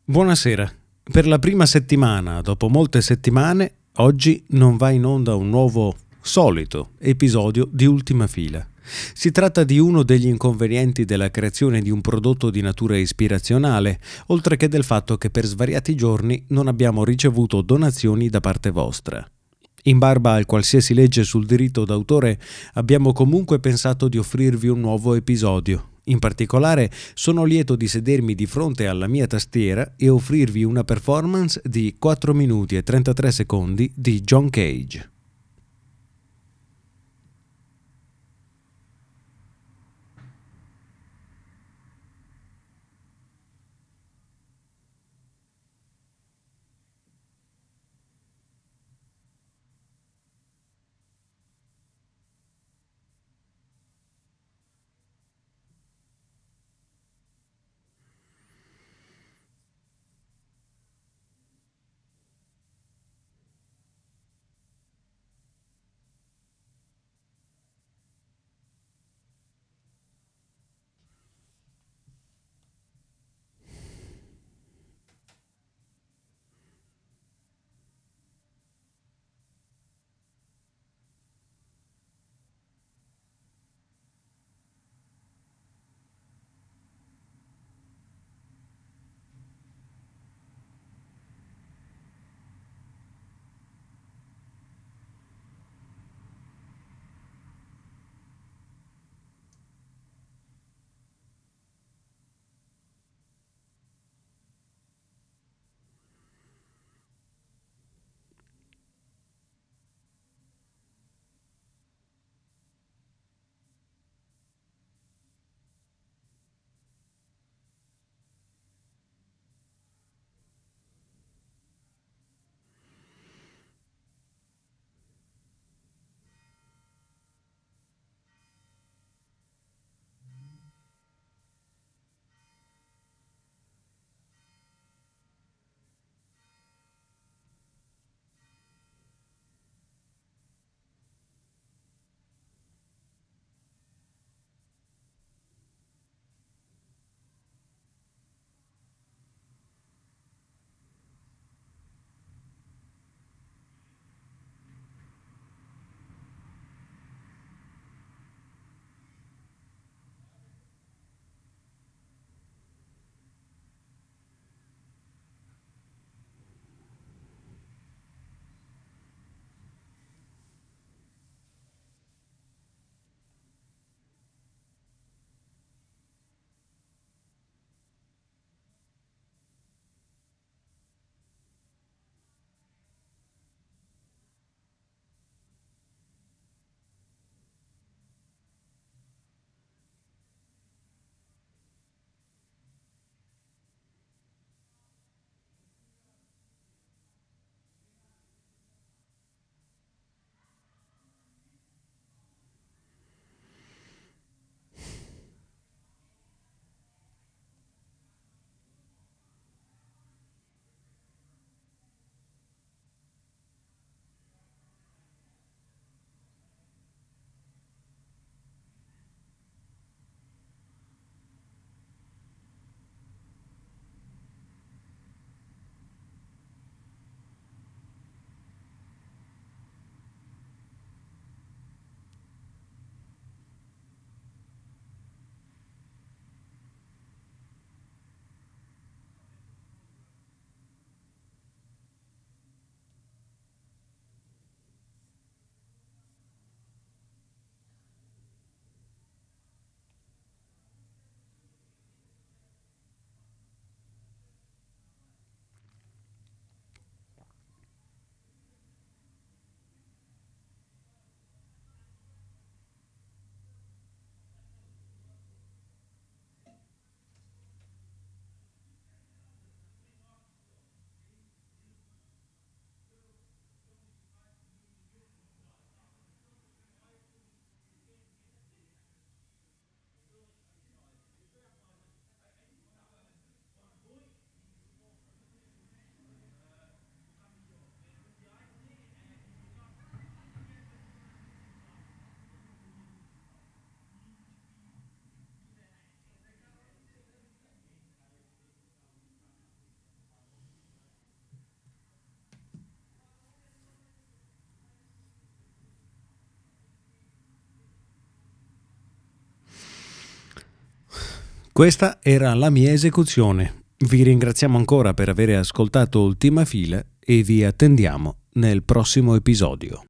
Buonasera. Per la prima settimana, dopo molte settimane, oggi non va in onda un nuovo, solito episodio di Ultima Fila. Si tratta di uno degli inconvenienti della creazione di un prodotto di natura ispirazionale, oltre che del fatto che per svariati giorni non abbiamo ricevuto donazioni da parte vostra. In barba al qualsiasi legge sul diritto d'autore, abbiamo comunque pensato di offrirvi un nuovo episodio. In particolare, sono lieto di sedermi di fronte alla mia tastiera e offrirvi una performance di 4 minuti e 33 secondi di John Cage. Questa era la mia esecuzione. Vi ringraziamo ancora per aver ascoltato Ultima Fila e vi attendiamo nel prossimo episodio.